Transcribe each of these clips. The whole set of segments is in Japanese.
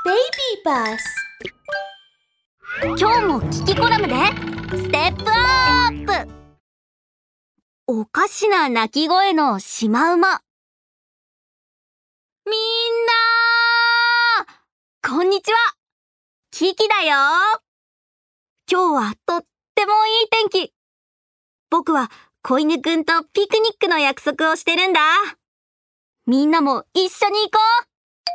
Baby Bus。 今日もキキコラムでステップアップ。おかしな鳴き声のシマウマ。みんなこんにちは、キキだよ。今日はとってもいい天気。僕は子犬くんとピクニックの約束をしてるんだ。みんなも一緒に行こう。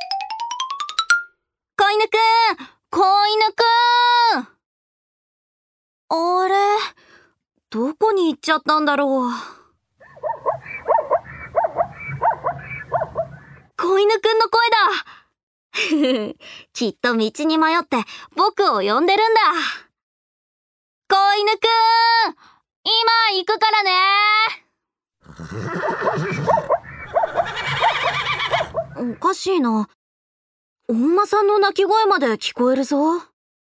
子犬くん、子犬くん。あれ、どこに行っちゃったんだろう。子犬くんの声だ。きっと道に迷って僕を呼んでるんだ。子犬くん、今行くからね。おかしいな。お馬さんの鳴き声まで聞こえるぞ。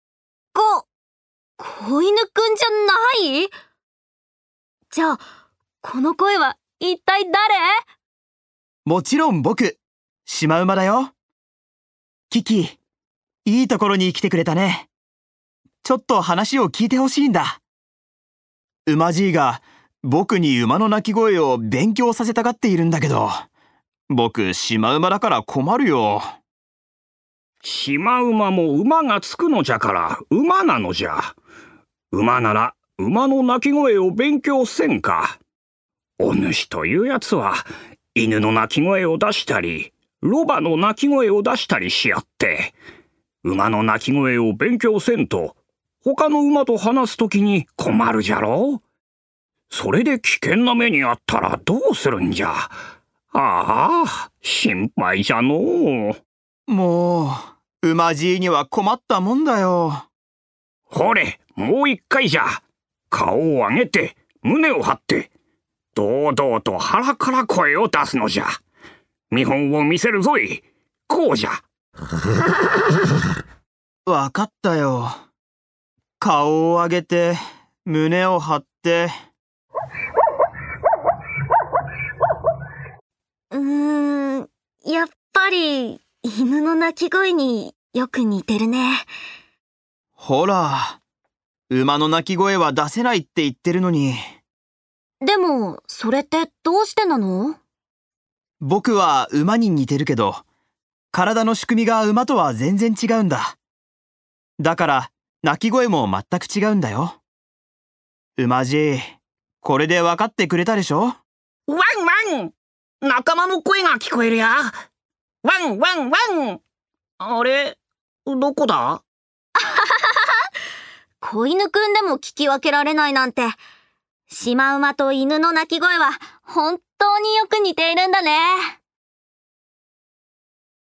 子犬くんじゃない？じゃあ、この声は一体誰？ もちろん僕、シマウマだよ。キキ、いいところに来てくれたね。ちょっと話を聞いてほしいんだ。馬じいが僕に馬の鳴き声を勉強させたがっているんだけど、僕シマウマだから困るよ。 シマウマも馬がつくのじゃから馬なのじゃ。馬なら馬の鳴き声を勉強せんか。お主というやつは犬の鳴き声を出したりロバの鳴き声を出したりしやって、馬の鳴き声を勉強せんと他の馬と話すときに困るじゃろう。それで危険な目にあったらどうするんじゃ。ああ、心配じゃのう。 もう、馬じいには困ったもんだよ。 ほれ、もう一回じゃ。顔を上げて、胸を張って、堂々と腹から声を出すのじゃ。見本を見せるぞい。こうじゃ。 わかったよ。顔を上げて、胸を張って。 やっぱり犬の鳴き声によく似てるね。 ほら、馬の鳴き声は出せないって言ってるのに。 でも、それってどうしてなの？ 僕は馬に似てるけど、体の仕組みが馬とは全然違うんだ。だから、鳴き声も全く違うんだよ。馬じい、これで分かってくれたでしょ？ ワンワン！仲間の声が聞こえるや。ワンワンワン！あれ、どこだ？ 子犬くんでも聞き分けられないなんて。シマウマと犬の鳴き声は本当によく似ているんだね。